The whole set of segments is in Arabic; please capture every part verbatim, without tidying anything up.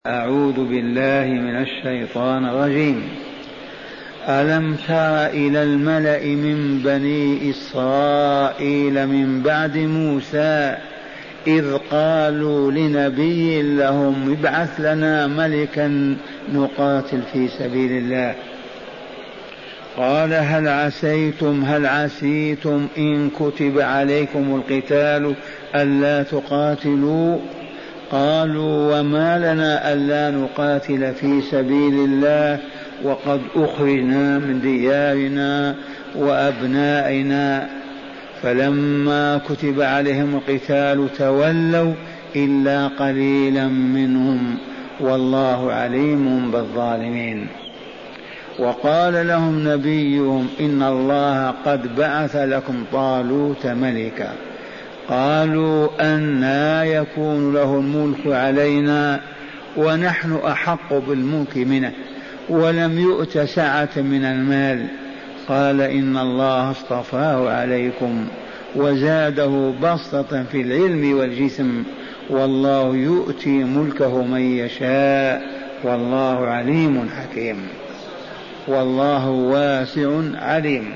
أعوذ بالله من الشيطان الرجيم. ألم تر إلى الملأ من بني إسرائيل من بعد موسى إذ قالوا لنبي لهم ابعث لنا ملكا نقاتل في سبيل الله قال هل عسيتم هل عسيتم إن كتب عليكم القتال ألا تقاتلوا قالوا وما لنا ألا نقاتل في سبيل الله وقد أخرجنا من ديارنا وأبنائنا فلما كتب عليهم القتال تولوا إلا قليلا منهم والله عليم بالظالمين. وقال لهم نبيهم إن الله قد بعث لكم طالوت ملكا قالوا أنى يكون له الملك علينا ونحن أحق بالملك منه ولم يؤت سعة من المال قال إن الله اصطفاه عليكم وزاده بسطة في العلم والجسم والله يؤتي ملكه من يشاء والله عليم حكيم والله واسع عليم.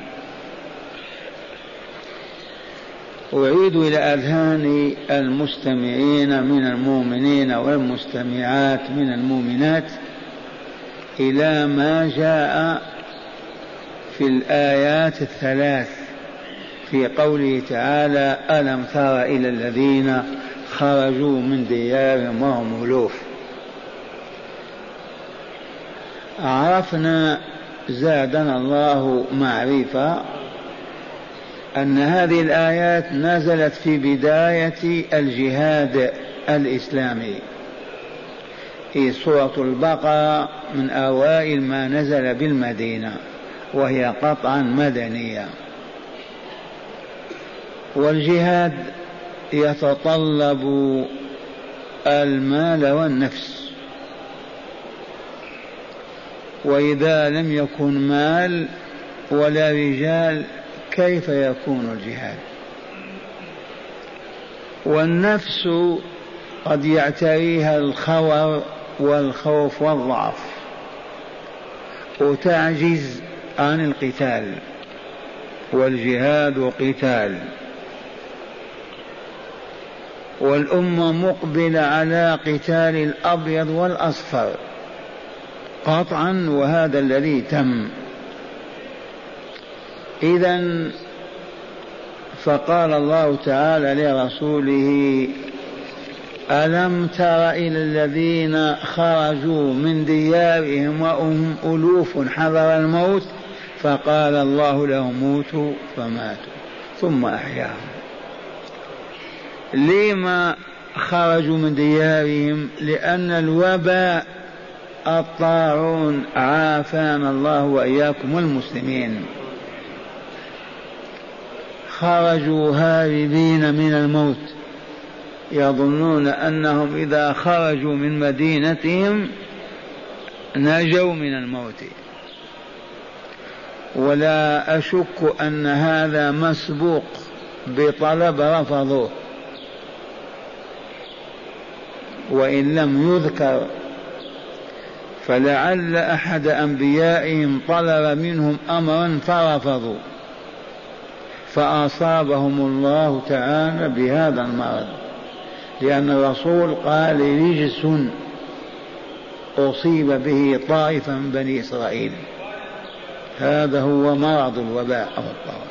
أعيد إلى أذهان المستمعين من المؤمنين والمستمعات من المؤمنات إلى ما جاء في الآيات الثلاث في قوله تعالى ألم تر إلى الذين خرجوا من ديارهم وهم ألوف. عرفنا زادنا الله معرفة أن هذه الآيات نزلت في بداية الجهاد الإسلامي في سورة البقرة من أوائل ما نزل بالمدينة وهي قطعا مدنية. والجهاد يتطلب المال والنفس وإذا لم يكن مال ولا رجال كيف يكون الجهاد؟ والنفس قد يعتريها الخور والخوف والضعف وتعجز عن القتال والجهاد قتال. والأمة مقبلة على قتال الأبيض والأصفر قطعا وهذا الذي تم. إذن فقال الله تعالى لرسوله ألم تر إلى الذين خرجوا من ديارهم وهم ألوف حذر الموت فقال الله لهم موتوا فماتوا ثم أحياهم. لما خرجوا من ديارهم؟ لأن الوباء الطاعون عافانا الله وإياكم والمسلمين خرجوا هاربين من الموت يظنون أنهم إذا خرجوا من مدينتهم نجوا من الموت. ولا أشك أن هذا مسبوق بطلب رفضوه وإن لم يذكر فلعل أحد أنبيائهم طلب منهم أمرا فرفضوا فأصابهم الله تعالى بهذا المرض. لأن الرسول قال رجس أصيب به طائفة من بني إسرائيل هذا هو مرض الوباء أو الطاعون.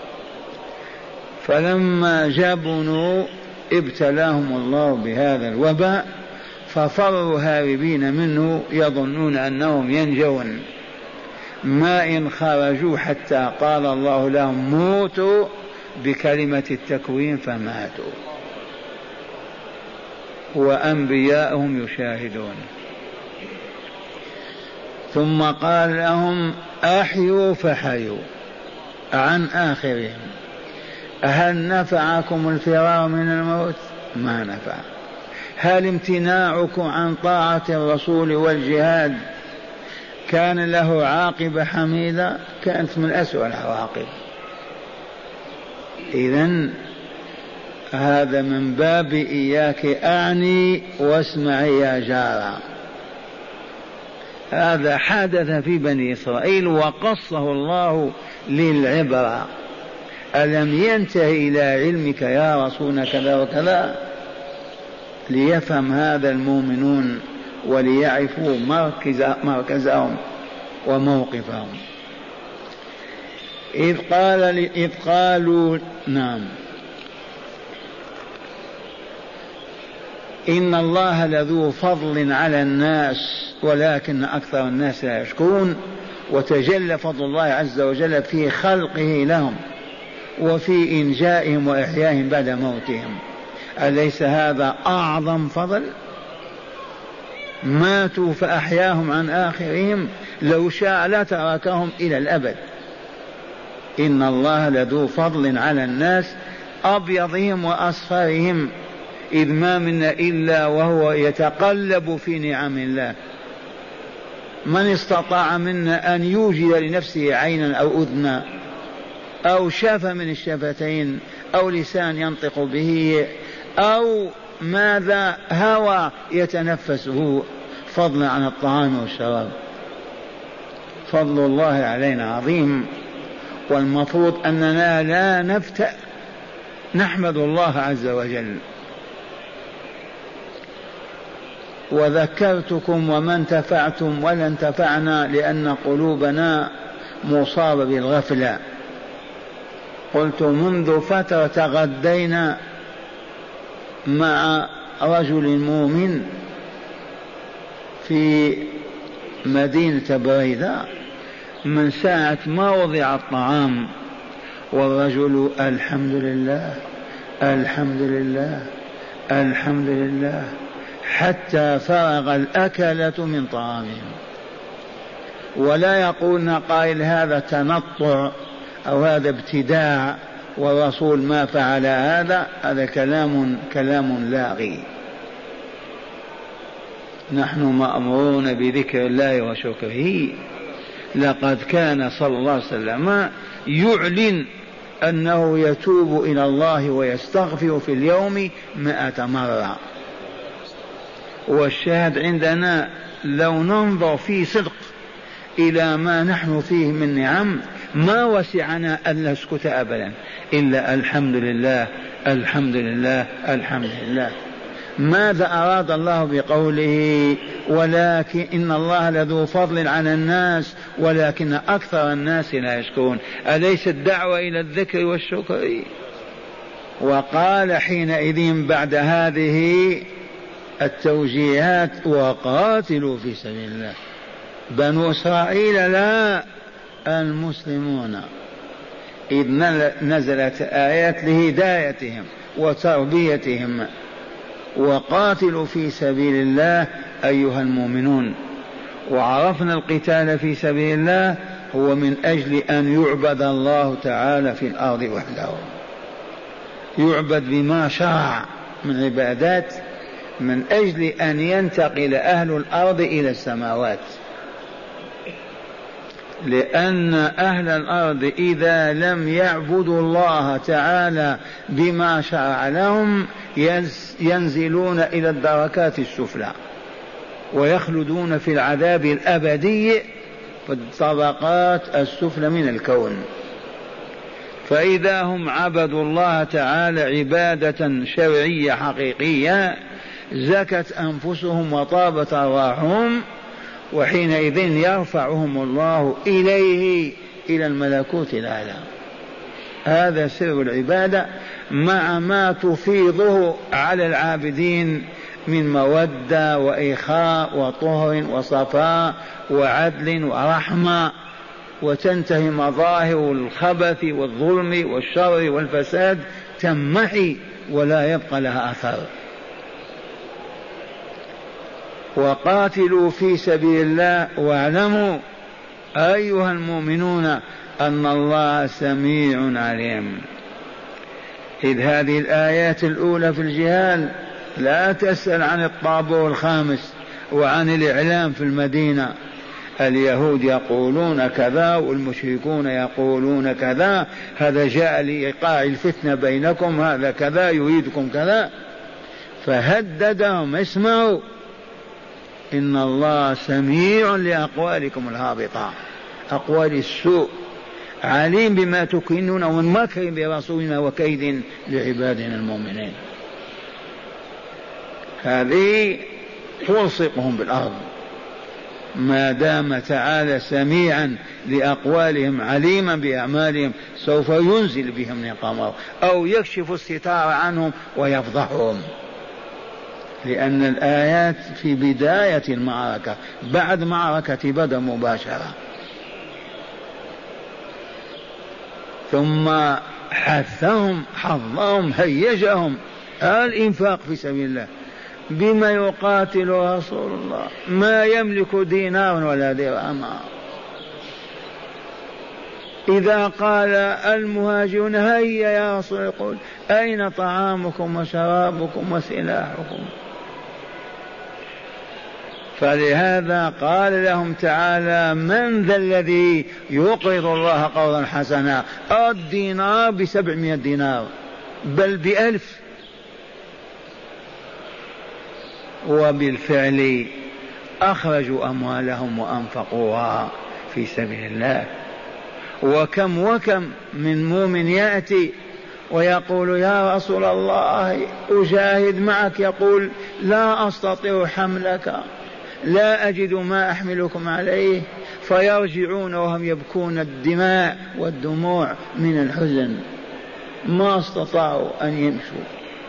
فلما جبنوا ابتلاهم الله بهذا الوباء ففروا هاربين منه يظنون أنهم ينجون ما إن خرجوا حتى قال الله لهم موتوا بكلمة التكوين فماتوا وأنبياءهم يشاهدون. ثم قال لهم أحيوا فحيوا عن آخرهم. هل نفعكم الفرار من الموت؟ ما نفع. هل امتناعكم عن طاعة الرسول والجهاد كان له عاقبة حميدة؟ كانت من أسوأ العواقب. إذن هذا من باب إياك أعني واسمعي يا جارة. هذا حدث في بني إسرائيل وقصه الله للعبرة. ألم ينتهي إلى علمك يا رسولنا كذا وكذا؟ ليفهم هذا المؤمنون وليعرفوا مركز مركزهم وموقفهم. إذ قال إذ قالوا نعم إن الله لذو فضل على الناس ولكن أكثر الناس لا يشكرون. وتجلى فضل الله عز وجل في خلقه لهم وفي إنجائهم وإحيائهم بعد موتهم. أليس هذا أعظم فضل؟ ماتوا فأحياهم عن آخرهم، لو شاء لا تركهم إلى الأبد. إن الله لذو فضل على الناس أبيضهم وأصفرهم، إذ ما منا إلا وهو يتقلب في نعم الله. من استطاع منا أن يوجد لنفسه عينا أو أذنا أو شاف من الشفتين أو لسان ينطق به أو ماذا هوى يتنفسه، فضلا عن الطعام والشراب. فضل الله علينا عظيم، والمفروض أننا لا نفتأ، نحمد الله عز وجل. وذكرتكم وما انتفعتم ولا انتفعنا لأن قلوبنا مصابة بالغفلة. قلت منذ فترة تغدينا مع رجل مؤمن في مدينة بريدة، من ساعة ما وضع الطعام والرجل الحمد لله الحمد لله الحمد لله حتى فرغ الأكلة من طعامهم. ولا يقولنا قائل هذا تنطع أو هذا ابتداع والرسول ما فعل هذا، هذا كلام كلام لاغي. نحن مأمورون بذكر الله وشكره. لقد كان صلى الله عليه وسلم يعلن أنه يتوب إلى الله ويستغفر في اليوم مئة مرة. والشاهد عندنا لو ننظر في صدق إلى ما نحن فيه من نعم ما وسعنا أن نسكت أبدا إلا الحمد لله الحمد لله الحمد لله. ماذا أراد الله بقوله ولكن إن الله لذو فضل على الناس ولكن أكثر الناس لا يشكرون؟ أليس الدعوة إلى الذكر والشكر؟ وقال حينئذ بعد هذه التوجيهات وقاتلوا في سبيل الله. بنو إسرائيل لا، المسلمون، إذ نزلت آيات لهدايتهم وتربيتهم. وقاتلوا في سبيل الله أيها المؤمنون. وعرفنا القتال في سبيل الله هو من أجل أن يعبد الله تعالى في الأرض وحده، يعبد بما شرع من عبادات، من أجل أن ينتقل أهل الأرض إلى السماوات. لأن أهل الأرض إذا لم يعبدوا الله تعالى بما شرع لهم ينزلون إلى الدركات السفلى ويخلدون في العذاب الأبدي في الطبقات السفلى من الكون. فإذا هم عبدوا الله تعالى عبادة شرعية حقيقية زكت أنفسهم وطابت أرواحهم، وحينئذ يرفعهم الله إليه إلى الملكوت الأعلى. هذا سر العبادة مع ما تفيضه على العابدين من مودة وإخاء وطهر وصفاء وعدل ورحمة، وتنتهي مظاهر الخبث والظلم والشر والفساد تمحي ولا يبقى لها أثر. وقاتلوا في سبيل الله واعلموا أيها المؤمنون أن الله سميع عليم. إذ هذه الآيات الأولى في الجهاد لا تسأل عن الطابور الخامس وعن الإعلام في المدينة. اليهود يقولون كذا والمشركون يقولون كذا، هذا جاء لإيقاع الفتنة بينكم، هذا كذا يريدكم كذا. فهددهم اسمعوا إن الله سميع لأقوالكم الهابطة، أقوال السوء، عليم بما تكنون ومن مكر برسولنا وكيد لعبادنا المؤمنين. هذه تلصقهم بالأرض ما دام تعالى سميعا لأقوالهم عليما بأعمالهم، سوف ينزل بهم نقامه أو يكشف الستار عنهم ويفضحهم، لأن الآيات في بداية المعركة بعد معركة بدر مباشرة. ثم حثهم حظهم هيجهم الإنفاق في سبيل الله. بما يقاتل رسول الله؟ ما يملك دينار ولا درهم. إذا قال المهاجرون هيا يا رسول الله، يقول أين طعامكم وشرابكم وسلاحكم؟ فلهذا قال لهم تعالى من ذا الذي يقرض الله قرضا حسنا؟ الدينار بسبعمائة دينار بل بألف. وبالفعل أخرجوا أموالهم وأنفقوها في سبيل الله. وكم وكم من مؤمن يأتي ويقول يا رسول الله أجاهد معك، يقول لا أستطيع حملك، لا أجد ما أحملكم عليه، فيرجعون وهم يبكون الدماء والدموع من الحزن، ما استطاعوا أن يمشوا.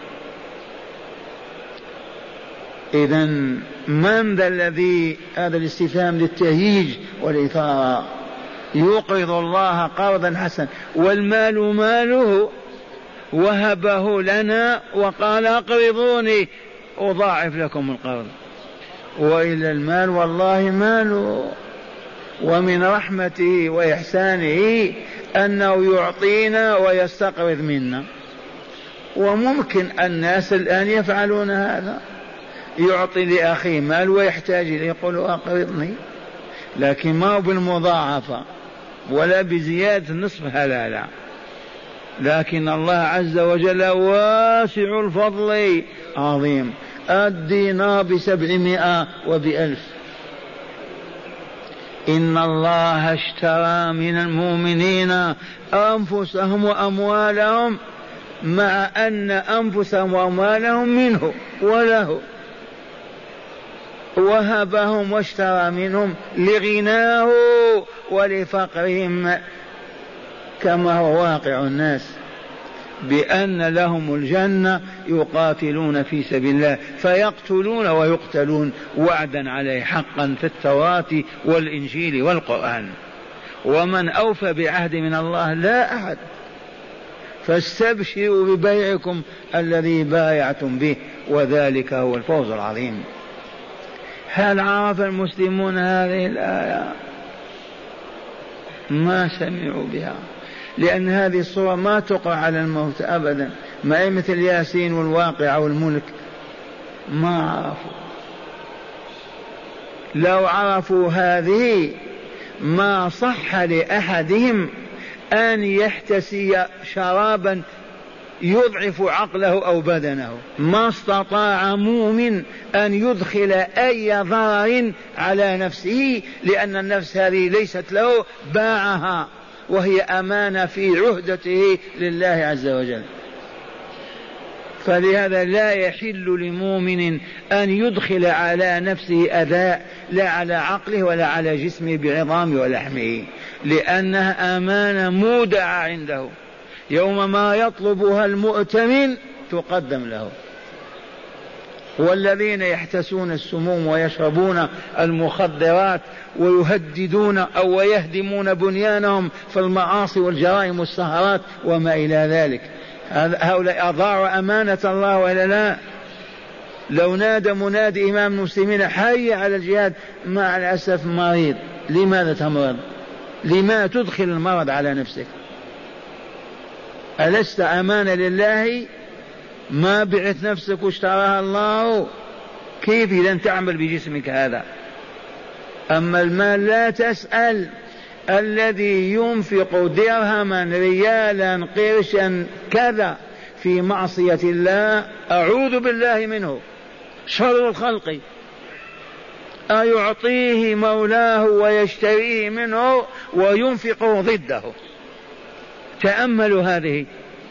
إذن من ذا الذي، هذا الاستفهام للتهييج والإثارة، يقرض الله قرضا حسنا والمال ماله وهبه لنا وقال اقرضوني أضاعف لكم القرض، وإلا المال والله ماله. ومن رحمته وإحسانه أنه يعطينا ويستقرض منا، وممكن الناس الآن يفعلون هذا، يعطي لأخيه مال ويحتاج إليه يقول أقرضني، لكن ما هو بالمضاعفة ولا بزيادة نصف هلالة. لكن الله عز وجل واسع الفضل عظيم، الدينار بسبعمائة وبألف. إن الله اشترى من المؤمنين أنفسهم وأموالهم، مع أن أنفسهم وأموالهم منه وله، وهبهم واشترى منهم لغناه ولفقرهم، كما هو واقع الناس، بأن لهم الجنة يقاتلون في سبيل الله فيقتلون ويقتلون وعدا عليه حقا في التوراة والإنجيل والقرآن. ومن أوفى بعهد من الله لا أحد، فاستبشروا ببيعكم الذي بايعتم به وذلك هو الفوز العظيم. هل عرف المسلمون هذه الآية؟ ما سمعوا بها، لأن هذه الصورة ما تقرأ على الموت أبدا، ما هي مثل ياسين والواقع والملك، ما عرفوا. لو عرفوا هذه ما صح لأحدهم أن يحتسي شرابا يضعف عقله أو بدنه، ما استطاع مؤمن أن يدخل أي ضرر على نفسه، لأن النفس هذه ليست له، باعها وهي أمانة في عهدته لله عز وجل. فلهذا لا يحل لمؤمن أن يدخل على نفسه أذى، لا على عقله ولا على جسمه بعظامه ولحمه، لأنها أمانة مودعة عنده، يوم ما يطلبها المؤتمن تقدم له. والذين يحتسون السموم ويشربون المخدرات ويهددون أو يهدمون بنيانهم في المعاصي والجرائم والسهرات وما إلى ذلك، هؤلاء أضاعوا أمانة الله ولا لا؟ لو نادى منادي إمام المسلمين حي على الجهاد، مع الأسف مريض، لماذا تمرض؟ لما تدخل المرض على نفسك؟ ألست أمانة لله؟ ما بعت نفسك واشتراها الله، كيف إذا تعمل بجسمك هذا؟ أما المال لا تسأل، الذي ينفق درهما ريالا قرشا كذا في معصية الله أعوذ بالله منه، شر الخلق. أيعطيه مولاه ويشتريه منه وينفق ضده؟ تأملوا هذه.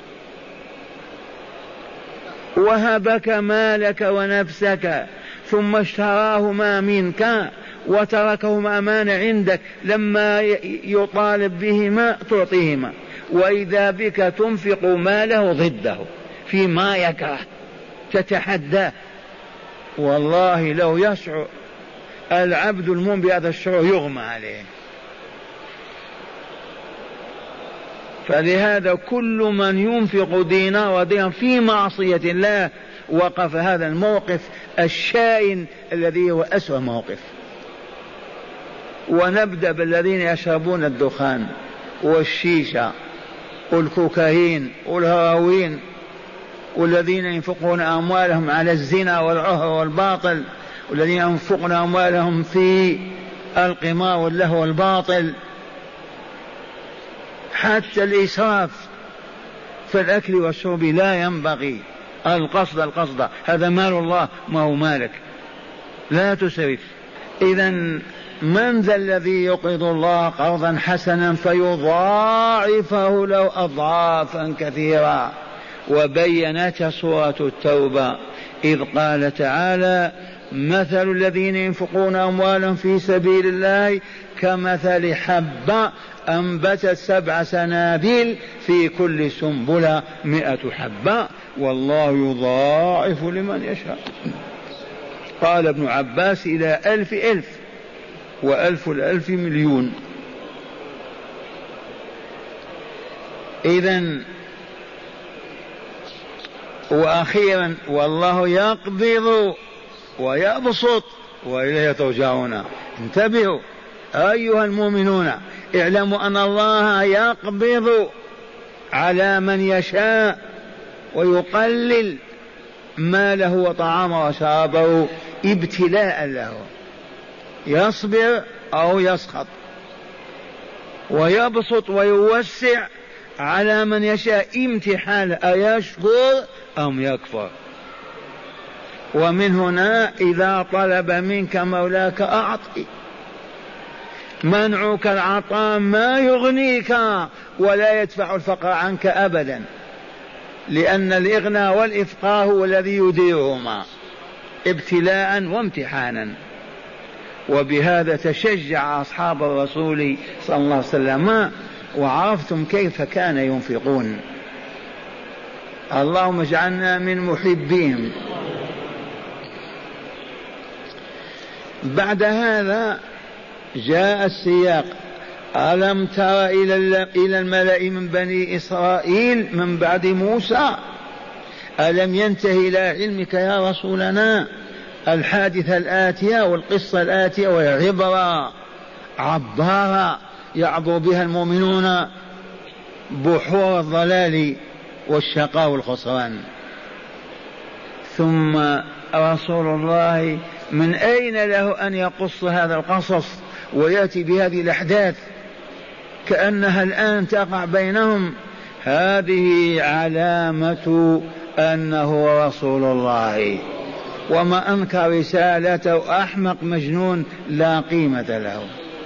وهبك مالك ونفسك ثم اشتراهما منك وتركهما أمان عندك، لما يطالب بهما تعطيهما، وإذا بك تنفق ماله ضده فيما يكره، تتحداه. والله لو يشعر العبد المؤمن بهذا الشعور يغمى عليه. فلهذا كل من ينفق دينار ودينار في معصية الله وقف هذا الموقف الشائن الذي هو أسوأ موقف. ونبدأ بالذين يشربون الدخان والشيشة والكوكايين والهراوين، والذين ينفقون أموالهم على الزنا والعهر والباطل، والذين ينفقون أموالهم في القمار واللهو والباطل، حتى الإسراف في الأكل والشرب لا ينبغي. القصد القصد، هذا مال الله ما هو مالك، لا تسرف. إذن من ذا الذي يقرض الله قرضا حسنا فيضاعفه له أضعافا كثيرة؟ وبينت سورة التوبة إذ قال تعالى: مثل الذين ينفقون أموالهم في سبيل الله كمثل حبة أنبتت سبع سنابل في كل سنبلة مئة حبة والله يضاعف لمن يشاء. قال ابن عباس: إلى ألف ألف، وألف الألف مليون. إذن وأخيرا: والله يقبض ويبسط وإليه ترجعون. انتبهوا أيها المؤمنون، اعلموا أن الله يقبض على من يشاء ويقلل ماله وطعامه وشرابه ابتلاء له، يصبر أو يسخط، ويبسط ويوسع على من يشاء امتحان أيشكر أم يكفر. ومن هنا إذا طلب منك مولاك أعطي. منعك العطاء ما يغنيك ولا يدفع الفقر عنك أبدا، لأن الإغنى والإفقار هو الذي يديرهما ابتلاء وامتحانا. وبهذا تشجع أصحاب الرسول صلى الله عليه وسلم، وعرفتم كيف كان ينفقون. اللهم اجعلنا من محبين. بعد هذا جاء السياق: ألم تر إلى الملأ من بني إسرائيل من بعد موسى ألم ينتهي إلى علمك يا رسولنا الحادثة الآتية والقصة الآتية، وهي عبرة عبارة يعبر بها المؤمنون بحور الضلال والشقاء والخسران. ثم رسول الله من أين له أن يقص هذا القصص ويأتي بهذه الأحداث كأنها الآن تقع بينهم؟ هذه علامة أنه رسول الله، وما أنكر رسالته أحمق مجنون لا قيمة له.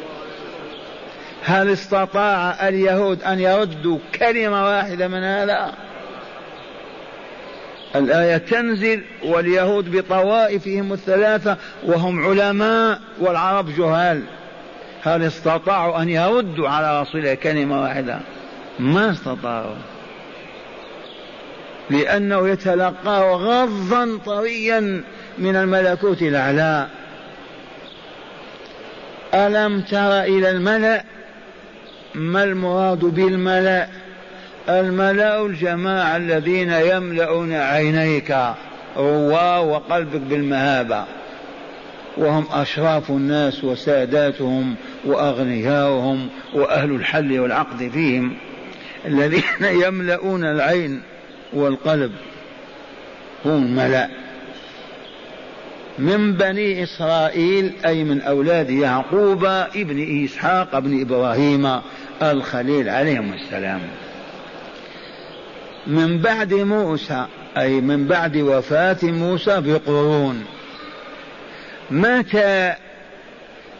هل استطاع اليهود أن يردوا كلمة واحدة من هذا؟ الآية تنزل واليهود بطوائفهم الثلاثة وهم علماء والعرب جهال، هل استطاعوا أن يردوا على رسول كلمة واحدة؟ ما استطاعوا، لأنه يتلقى غضا طريا من الملكوت الأعلى. ألم تر إلى الملأ؟ ما المراد بالملأ؟ الملأ الجماعة الذين يملؤون عينيك رواه وقلبك بالمهابة، وهم أشراف الناس وساداتهم وأغنياؤهم وأهل الحل والعقد فيهم، الذين يملؤون العين والقلب هم الملأ من بني إسرائيل، أي من أولاد يعقوب ابن إسحاق ابن إبراهيم الخليل عليهم السلام، من بعد موسى، أي من بعد وفاة موسى بقرون. متى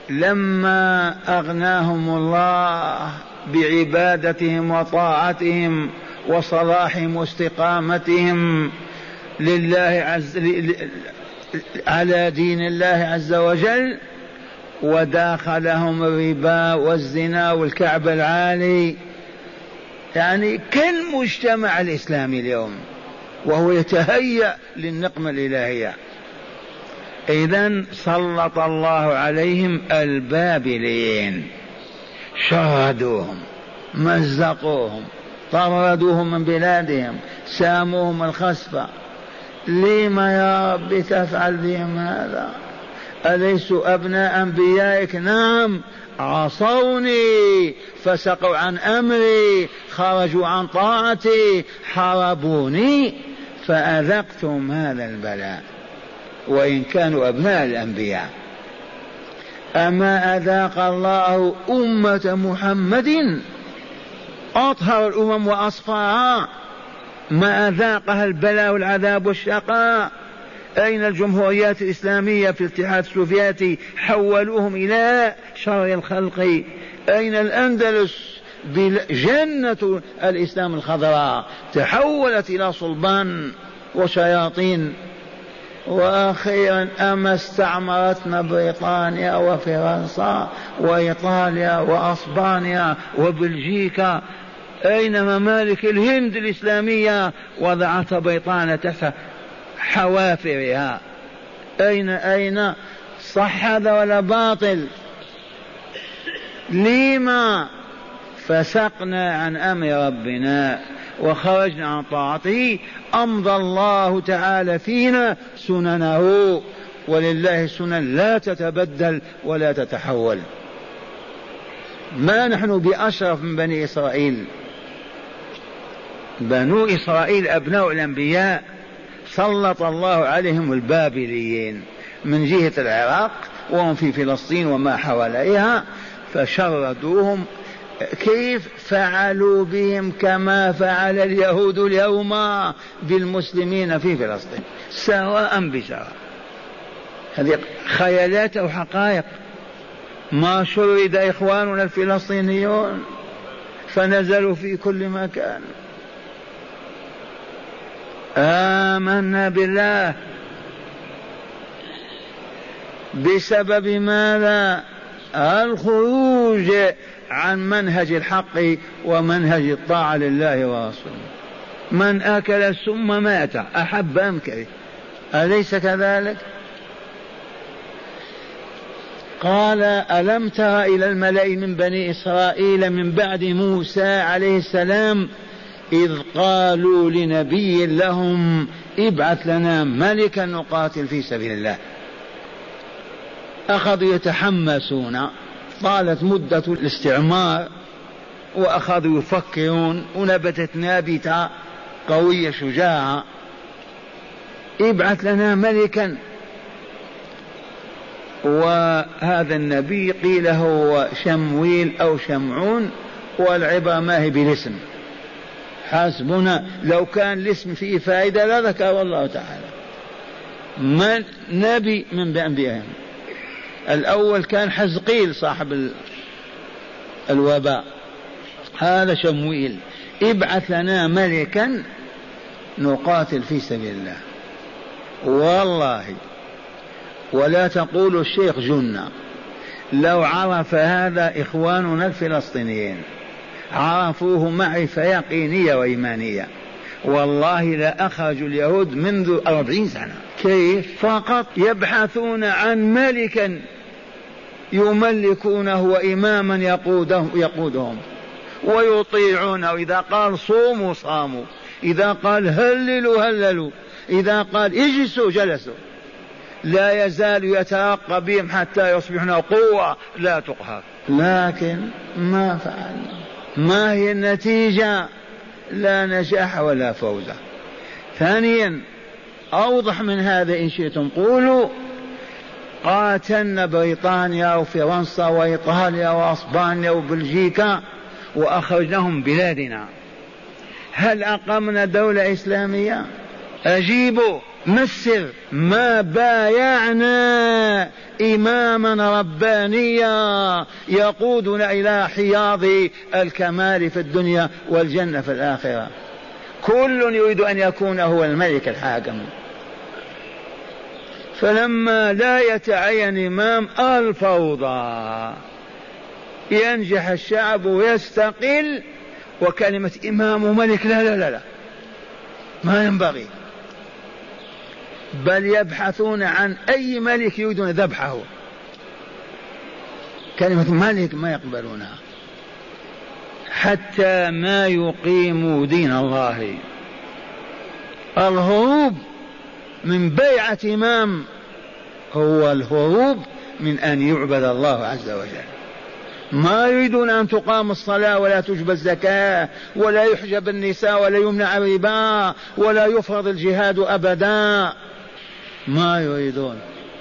لما أغناهم الله بعبادتهم وطاعتهم وصلاحهم واستقامتهم لله عز على دين الله عز وجل، وداخلهم الربا والزنا والكعب العالي، يعني كالمجتمع الإسلامي اليوم، وهو يتهيأ للنقمة الإلهية. إذن سلط الله عليهم البابليين، شردوهم، مزقوهم، طردوهم من بلادهم، ساموهم الخسفة. لما يا رب تفعل بهم هذا؟ أليسوا أبناء أنبيائك؟ نعم، عصوني، فسقوا عن أمري، خرجوا عن طاعتي، حاربوني، فأذقتهم هذا البلاء وإن كانوا أبناء الأنبياء. أما أذاق الله أمة محمد أطهر الأمم وأصفاها، ما أذاقها البلاء والعذاب والشقاء. أين الجمهوريات الإسلامية في الاتحاد السوفيتي؟ حولوهم إلى شر الخلق. أين الأندلس بجنة الإسلام الخضراء؟ تحولت إلى صلبان وشياطين. وأخيرا أما استعمرتنا بريطانيا وفرنسا وإيطاليا وأسبانيا وبلجيكا؟ أين ممالك الهند الإسلامية؟ وضعتها بريطانيا تحت حوافرها. أين أين صح هذا ولا باطل؟ لما فسقنا عن أمر ربنا وخرجنا عن طاعته، أمضى الله تعالى فينا سننه، ولله سنن لا تتبدل ولا تتحول. ما نحن بأشرف من بني إسرائيل. بنو إسرائيل أبناء الأنبياء، سلط الله عليهم البابليين من جهة العراق وهم في فلسطين وما حواليها، فشردوهم. كيف فعلوا بهم؟ كما فعل اليهود اليوم بالمسلمين في فلسطين، سواء بسواء. هذه خيالات أو حقائق. ما شرد إخواننا الفلسطينيون فنزلوا في كل مكان. آمنا بالله بسبب ماذا؟ الخروج عن منهج الحق ومنهج الطاعة لله ورسوله. من أكل السم مات، أحب أم كره، أليس كذلك؟ قال ألم تر إلى الملأ من بني إسرائيل من بعد موسى عليه السلام إذ قالوا لنبي لهم ابعث لنا ملكا نقاتل في سبيل الله. أخذوا يتحمسون، طالت مدة الاستعمار وأخذوا يفكرون، ونبتت نابتة قوية شجاعة. ابعث لنا ملكا. وهذا النبي قيل هو شمويل أو شمعون، والعبرة ما هي بالاسم، حسبنا. لو كان الاسم فيه فائدة لا ذكر الله تعالى. من نبي من أنبيائهم. الأول كان حزقيل صاحب الوباء، هذا شمويل. ابعث لنا ملكا نقاتل في سبيل الله. والله ولا تقولوا الشيخ جنة، لو عرف هذا إخواننا الفلسطينيين عرفوه معرفة يقينية وإيمانية، والله لا أخرجوا اليهود منذ أربعين سنة. كيف؟ فقط يبحثون عن ملكا يملكونه وإماما يقودهم, يقودهم ويطيعونه. إذا قال صوموا صاموا، إذا قال هللوا هللوا، إذا قال اجلسوا جلسوا. لا يزال يترقى بهم حتى يصبحون قوة لا تقهر. لكن ما فعلنا. ما هي النتيجة؟ لا نجاح ولا فوز. ثانيا أوضح من هذا إن شئتم قولوا قاتلنا بريطانيا وفرنسا وإيطاليا وأسبانيا وبلجيكا وأخرجناهم بلادنا، هل أقمنا دولة إسلامية؟ أجيبوا. ما السر؟ ما بايعنا إماما ربانيا يقودنا إلى حياض الكمال في الدنيا والجنة في الآخرة. كل يريد أن يكون هو الملك الحاكم. فلما لا يتعين إمام الفوضى، ينجح الشعب ويستقل، وكلمة إمام وملك لا لا لا لا ما ينبغي، بل يبحثون عن أي ملك يريدون ذبحه، كلمة ملك ما يقبلونها حتى ما يقيموا دين الله. الهروب من بيعة إمام هو الهروب من أن يعبد الله عز وجل. ما يريدون أن تقام الصلاة ولا تجب الزكاة ولا يحجب النساء ولا يمنع الربا ولا يفرض الجهاد أبدا، ما يريدون.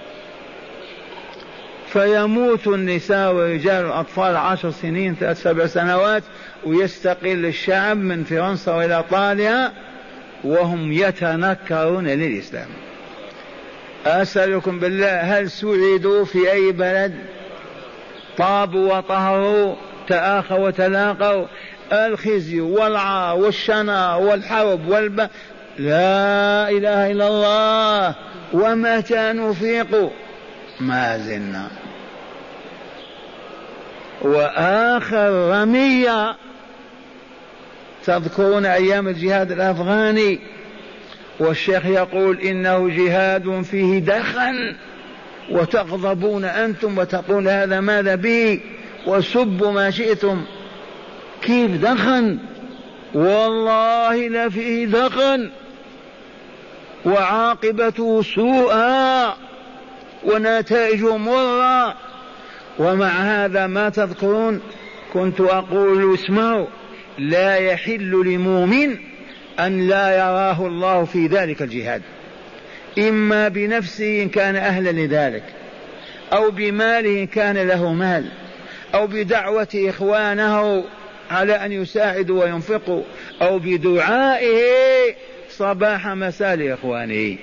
فيموت النساء والرجال والأطفال عشر سنين ثلاث سبع سنوات، ويستقل الشعب من فرنسا وإلى إيطاليا وهم يتنكرون للإسلام. أسألكم بالله، هل سعدوا في أي بلد؟ طابوا وطهروا، تآخوا وتلاقوا، الخزي والعار والشنار والحرب والب لا إله إلا الله. ومتى نفيق؟ ما زلنا. وآخر رمية، تذكرون أيام الجهاد الأفغاني، والشيخ يقول إنه جهاد فيه دخن، وتغضبون أنتم وتقول هذا ماذا به، وسبوا ما شئتم. كيف دخن؟ والله لفيه دخن وعاقبته سوءا ونتائجه مرة. ومع هذا ما تذكرون؟ كنت أقول اسمعوا، لا يحل لمؤمن أن لا يراه الله في ذلك الجهاد، إما بنفسه إن كان أهلا لذلك، أو بماله إن كان له مال، أو بدعوة إخوانه على أن يساعدوا وينفقوا، أو بدعائه صباح مساء لإخوانه.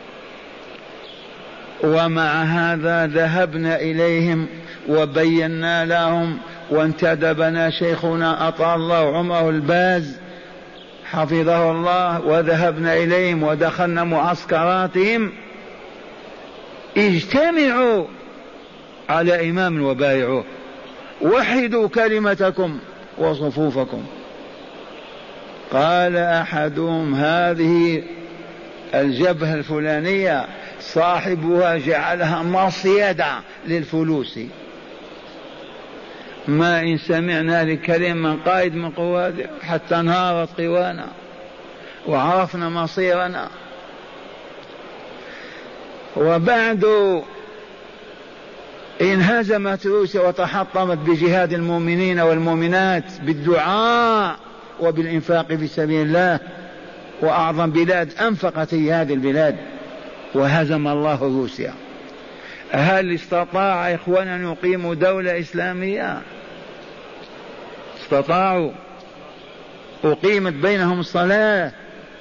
ومع هذا ذهبنا إليهم وبينا لهم، وانتدبنا شيخنا أطال الله عمره الباز حفظه الله، وذهبنا إليهم ودخلنا معسكراتهم. اجتمعوا على إمام وبايعوه، وحدوا كلمتكم وصفوفكم. قال أحدهم هذه الجبهة الفلانية صاحبها جعلها مصيدة للفلوس. ما إن سمعنا لكلمة من قائد من قوات حتى انهارت قوانا وعرفنا مصيرنا. وبعد انهزمت روسيا وتحطمت بجهاد المؤمنين والمؤمنات بالدعاء وبالإنفاق في سبيل الله، وأعظم بلاد أنفقت هي هذه البلاد، وهزم الله روسيا. هل استطاع إخوانا أن يقيموا دولة إسلامية؟ استطاعوا؟ أقيمت بينهم الصلاة،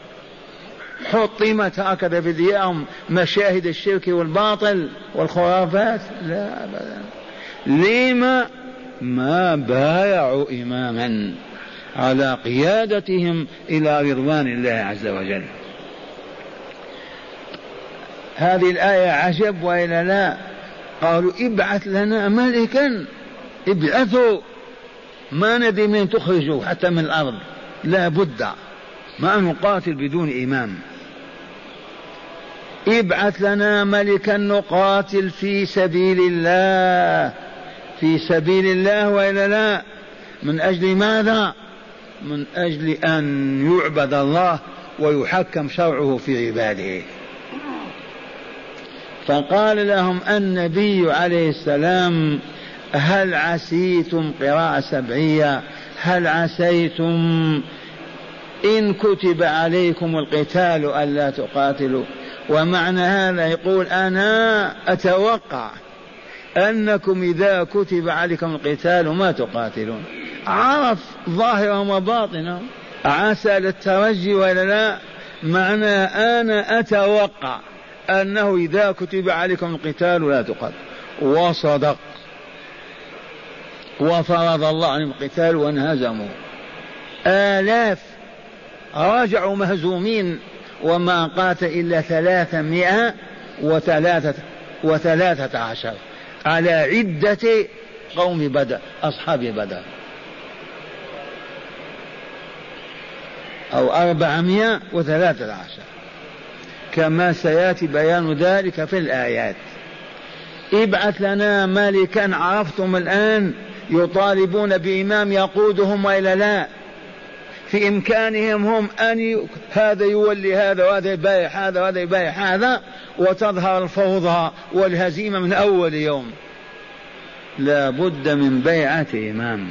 حطمت هكذا في ديارهم مشاهد الشرك والباطل والخرافات؟ لا أبدا. لما؟ ما بايعوا إماما على قيادتهم إلى رضوان الله عز وجل. هذه الآية عجب وإلا لا؟ قالوا ابعث لنا ملكا، ابعثوا، ما ندري من تخرجوا حتى من الأرض، لا بد ما نقاتل بدون إمام. ابعث لنا ملكا نقاتل في سبيل الله، في سبيل الله وإلا لا؟ من أجل ماذا؟ من أجل أن يعبد الله ويحكم شرعه في عباده. فقال لهم النبي عليه السلام هل عسيتم، قراءة سبعية، هل عسيتم إن كتب عليكم القتال ألا تقاتلوا. ومعنى هذا يقول أنا أتوقع أنكم إذا كتب عليكم القتال ما تقاتلون. عرف ظاهرهم وباطنهم، عسى للترجي ولا لا؟ معنى أنا أتوقع أنه إذا كتب عليكم القتال لا تقاتل. وصدق وفرض الله عليهم القتال وانهزموا آلاف رجعوا مهزومين وما قاتل إلا ثلاثمائة وثلاثة وثلاثة عشر على عدة قوم بدر أصحاب بدر أو أربعمائة وثلاثة عشر كما سيأتي بيان ذلك في الآيات. ابعث لنا ملكا عرفتم الآن يطالبون بإمام يقودهم وإلا لا؟ في إمكانهم هم أن ي... هذا يولي هذا وهذا يبايع هذا وهذا يبايع هذا وتظهر الفوضى والهزيمة من أول يوم. لا بد من بيعة إمام.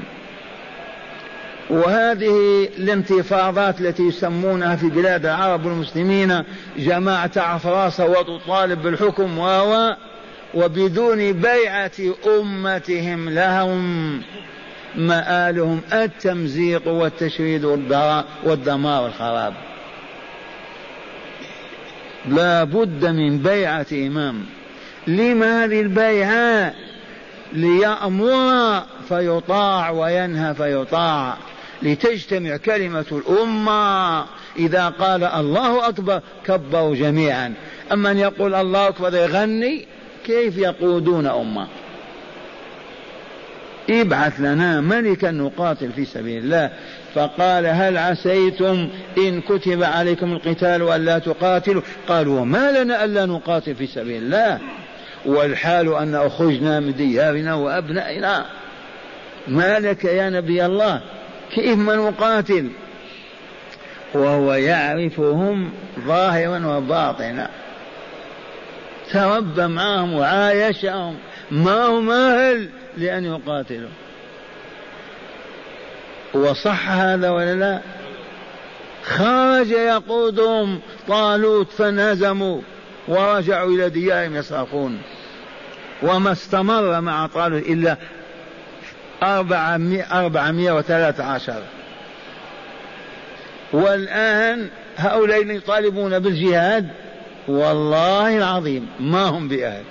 وهذه الانتفاضات التي يسمونها في بلاد العرب والمسلمين جماعة عفراسة وتطالب بالحكم و وبدون بيعة أمتهم لهم مآلهم التمزيق والتشريد والدمار والخراب. لا بد من بيعة إمام. لما هذه البيعة؟ ليأمر فيطاع وينهى فيطاع، لتجتمع كلمة الأمة. إذا قال الله أكبر كبروا جميعا، أما أن يقول الله أكبر يغني كيف يقودون أمة؟ ابعث لنا ملكا نقاتل في سبيل الله. فقال هل عسيتم إن كتب عليكم القتال ألا تقاتلوا؟ قالوا ما لنا ألا نقاتل في سبيل الله والحال أن أخرجنا من ديارنا وأبنائنا. ما لك يا نبي الله كيف ما نقاتل؟ وهو يعرفهم ظاهرا وباطنا، تربى معهم وعايشهم، ما هم أهل لأن يقاتلوا. وصح هذا ولا لا؟ خرج يقودهم طالوت فانهزموا ورجعوا إلى ديارهم يصرخون. وما استمر مع طالوت إلا أربعمائة وثلاثة عشر. والآن هؤلاء يطالبون بالجهاد والله العظيم ما هم بأهل.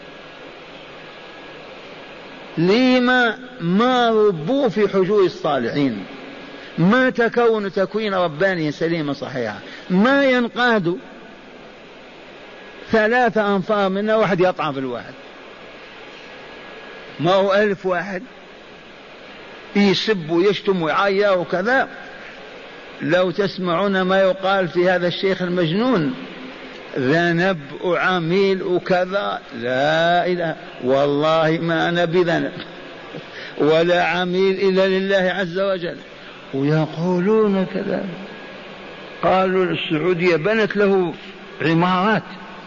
لما؟ ما ربوا في حجور الصالحين، ما تكون تكوين رباني سليمة صحيحة، ما ينقادوا ثلاثة أنفار منا واحد يطعن في الواحد، ما هو ألف واحد يسب ويشتم ويعيا وكذا. لو تسمعون ما يقال في هذا الشيخ المجنون ذنب وعميل وكذا، لا إله والله ما أنا بذنب ولا عميل إلا لله عز وجل. ويقولون كذا. قالوا السعودية بنت له عمارات،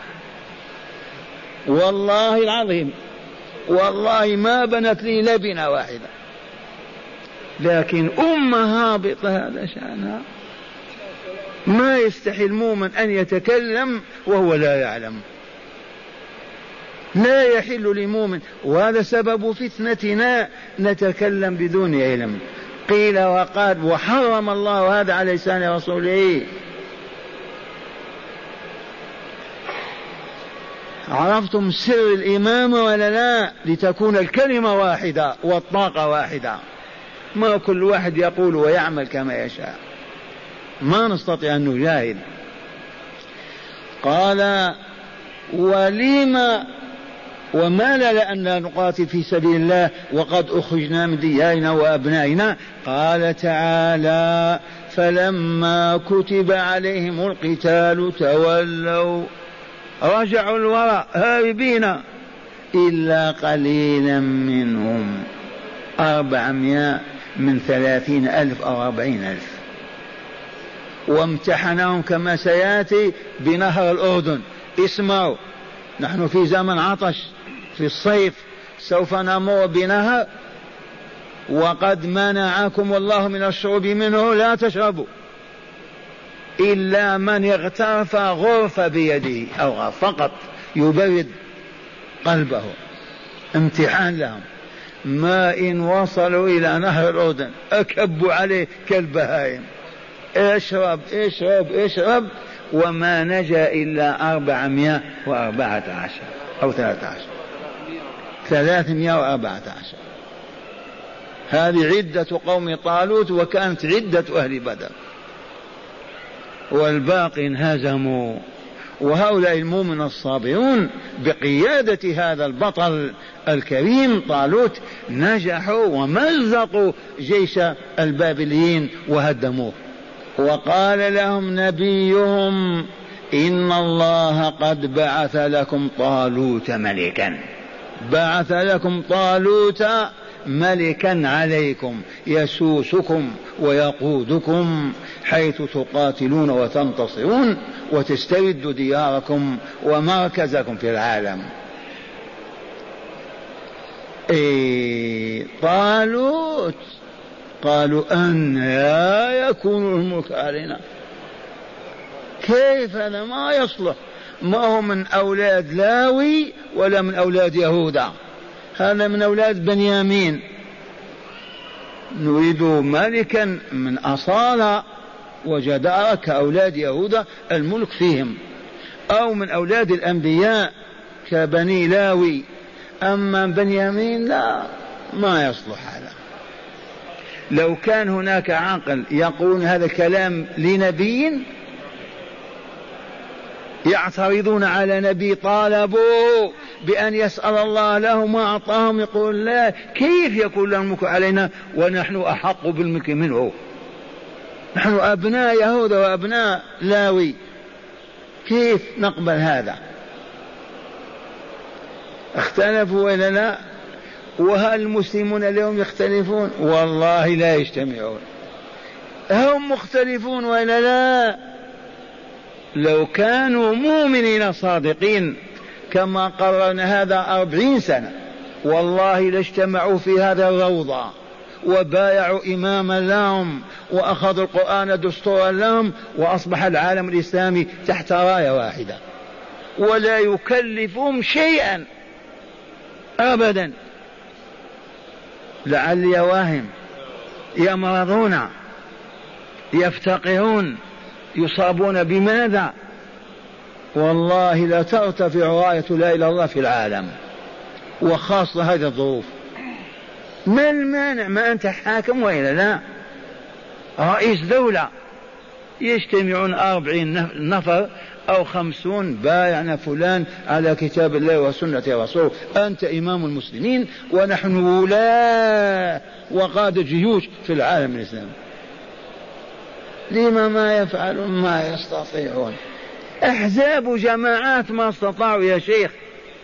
والله العظيم والله ما بنت لي لبنة واحدة، لكن أمة هابطة هذا شأنها. ما يستحي المؤمن أن يتكلم وهو لا يعلم، لا يحل لمؤمن. وهذا سبب فتنتنا، نتكلم بدون علم. قيل وقال وحرم الله هذا على لسان رسوله. عرفتم سر الإمامة ولا لا؟ لتكون الكلمة واحدة والطاقة واحدة، ما كل واحد يقول ويعمل كما يشاء، ما نستطيع أن نجاهد. قال ولما وما لا أن نقاتل في سبيل الله وقد أخرجنا من ديارنا وأبنائنا؟ قال تعالى فلما كتب عليهم القتال تولوا رجعوا الوراء هاربين إلا قليلا منهم، أربعمائة من ثلاثين ألف أو أربعين ألف. وامتحناهم كما سيأتي بنهر الأردن. اسمعوا، نحن في زمن عطش في الصيف، سوف نمر بنهر وقد منعكم الله من الشرب منه، لا تشربوا إلا من اغترف غرفة بيده أو غرف فقط يبرد قلبه. امتحان لهم. ما إن وصلوا إلى نهر الأردن أكبوا عليه كالبهائم، اشرب اشرب اشرب، وما نجا إلا أربعمائة وأربعة عشر أو ثلاثة عشر ثلاثمائة وأربعة عشر. هذه عدة قوم طالوت وكانت عدة أهل بدر، والباقي انهزموا. وهؤلاء المؤمن الصابرون بقيادة هذا البطل الكريم طالوت نجحوا ومزقوا جيش البابليين وهدموه. وقال لهم نبيهم إن الله قد بعث لكم طالوت ملكا، بعث لكم طالوت ملكا عليكم يسوسكم ويقودكم حيث تقاتلون وتنتصرون وتسترد دياركم ومركزكم في العالم. إيه طالوت قالوا أن لا يكون الملك علينا، كيف هذا ما يصلح، ما هو من أولاد لاوي ولا من أولاد يهوذا، هذا من أولاد بنيامين. نريد ملكا من أصالة وجدارة كأولاد يهوذا الملك فيهم، أو من أولاد الأنبياء كبني لاوي، أما بنيامين لا، ما يصلح هذا. لو كان هناك عاقل يقول هذا الكلام لنبي، يعترضون على نبي طالبوا بأن يسأل الله له ما أعطاهم، يقول لا، كيف يكون له الملك علينا ونحن أحق بالملك منه، نحن أبناء يهوذا وأبناء لاوي، كيف نقبل هذا؟ اختلفوا ولا لا؟ وهل المسلمون اليوم يختلفون؟ والله لا يجتمعون. هم مختلفون ولا لا؟ لو كانوا مؤمنين صادقين كما قررنا هذا أربعين سنة والله لاجتمعوا في هذا الروضة وبايعوا إماما لهم وأخذوا القرآن دستورا لهم، وأصبح العالم الإسلامي تحت راية واحدة ولا يكلفهم شيئا أبدا. لعلي واهم، يمرضون، يفتقرون، يصابون بماذا؟ والله لا ترتفع راية لا إله إلا الله في العالم، وخاصة هذه الظروف. ما المانع؟ ما أنت حاكم وإلا لا؟ رئيس دولة، يجتمعون أربعين نفر أو خمسون، بايعنا فلان على كتاب الله وسنة رسوله، أنت إمام المسلمين ونحن ولاة وقادة جيوش في العالم الإسلامي. لما ما يفعلون ما يستطيعون؟ أحزاب جماعات ما استطاعوا يا شيخ،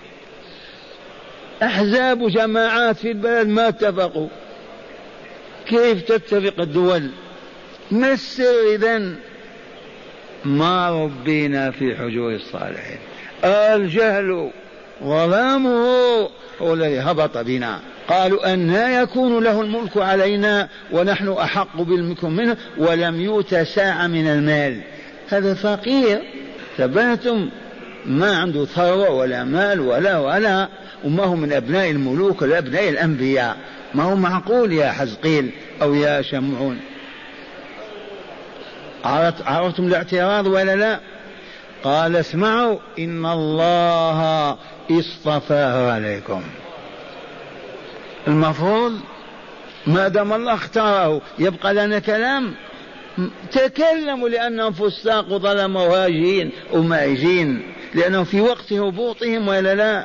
أحزاب جماعات في البلد ما اتفقوا، كيف تتفق الدول؟ ما السر إذن؟ ما ربينا في حجور الصالحين، الجهل ظلامه هو الذي هبط بنا. قالوا أن لا يكون له الملك علينا ونحن أحق بالملك منه ولم يؤت ساعة من المال. هذا فقير، ثباتم ما عنده ثروة ولا مال ولا ولا وما هو من أبناء الملوك ولا أبناء الأنبياء، ما هو معقول يا حزقيل أو يا شمعون. عرفتم الاعتراض ولا لا؟ قال اسمعوا إن الله اصطفاه عليكم. المفروض ما دام الله اختاره يبقى لنا كلام؟ تكلموا لأنهم فساق ظلموا هاجين ومائجين، لأنهم في وقت هبوطهم ولا لا؟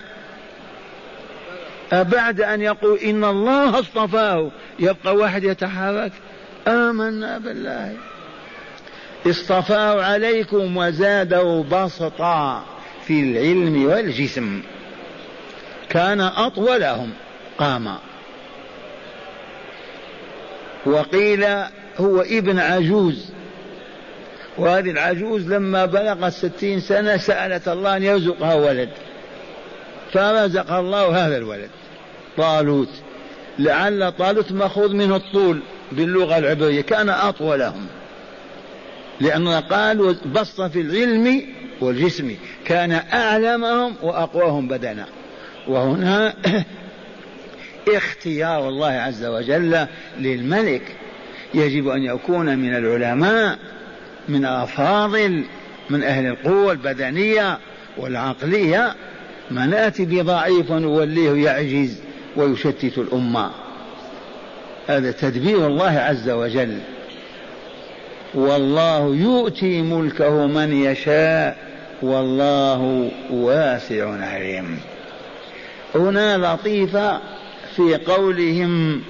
بعد أن يقول إن الله اصطفاه يبقى واحد يتحرك؟ آمنا بالله. اصطفاه عليكم وزاده بسطا في العلم والجسم، كان أطولهم قاما. وقيل هو ابن عجوز، وهذه العجوز لما بلغت ستين سنة سألت الله أن يرزقها ولد، فرزق الله هذا الولد طالوت. لعل طالوت مأخوذ منه الطول باللغة العبرية، كان أطولهم، لأنه قال بسط في العلم والجسم، كان أعلمهم وأقواهم بدنا. وهنا اختيار الله عز وجل للملك يجب أن يكون من العلماء، من الأفاضل، من أهل القوة البدنية والعقلية، ما نأتي بضعيف ونوليه يعجز ويشتت الأمة. هذا تدبير الله عز وجل. والله يؤتي ملكه من يشاء والله واسع عليم. هنا لطيفة في قولهم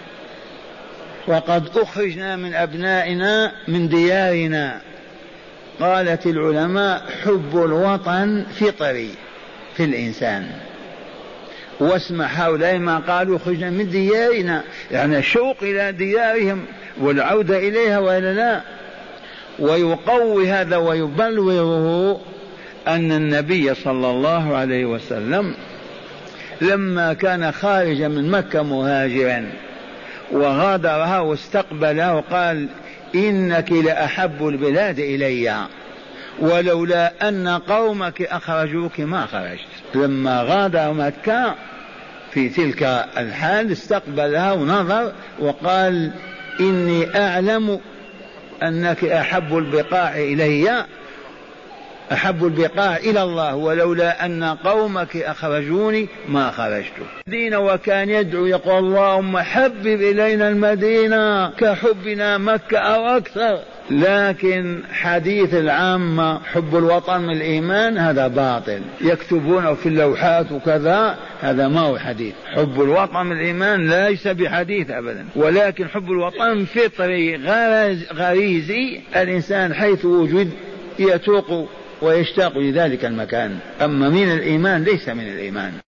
وقد أخرجنا من أبنائنا من ديارنا. قالت العلماء حب الوطن فطري في الإنسان، واسمع هؤلاء ما قالوا خرجنا من ديارنا، يعني الشوق إلى ديارهم والعودة إليها وإلا لا. ويقوي هذا ويبلوره أن النبي صلى الله عليه وسلم لما كان خارجا من مكة مهاجرا وغادرها واستقبلها وقال إنك لأحب البلاد إلي ولولا أن قومك أخرجوك ما خرجت. لما غادر مكة في تلك الحال استقبلها ونظر وقال إني أعلم أنك أحب البقاع إلي أحب البقاع إلى الله ولولا أن قومك أخرجوني ما خرجت. دين وكان يدعو يقول اللهم حبب إلينا المدينة كحبنا مكة أو أكثر. لكن حديث العامة حب الوطن من الإيمان هذا باطل، يكتبونه في اللوحات وكذا، هذا ما هو حديث. حب الوطن من الإيمان ليس بحديث أبدا، ولكن حب الوطن فطري غريزي، الإنسان حيث وجد يتوق ويشتاق لذلك المكان. أما من الإيمان ليس من الإيمان.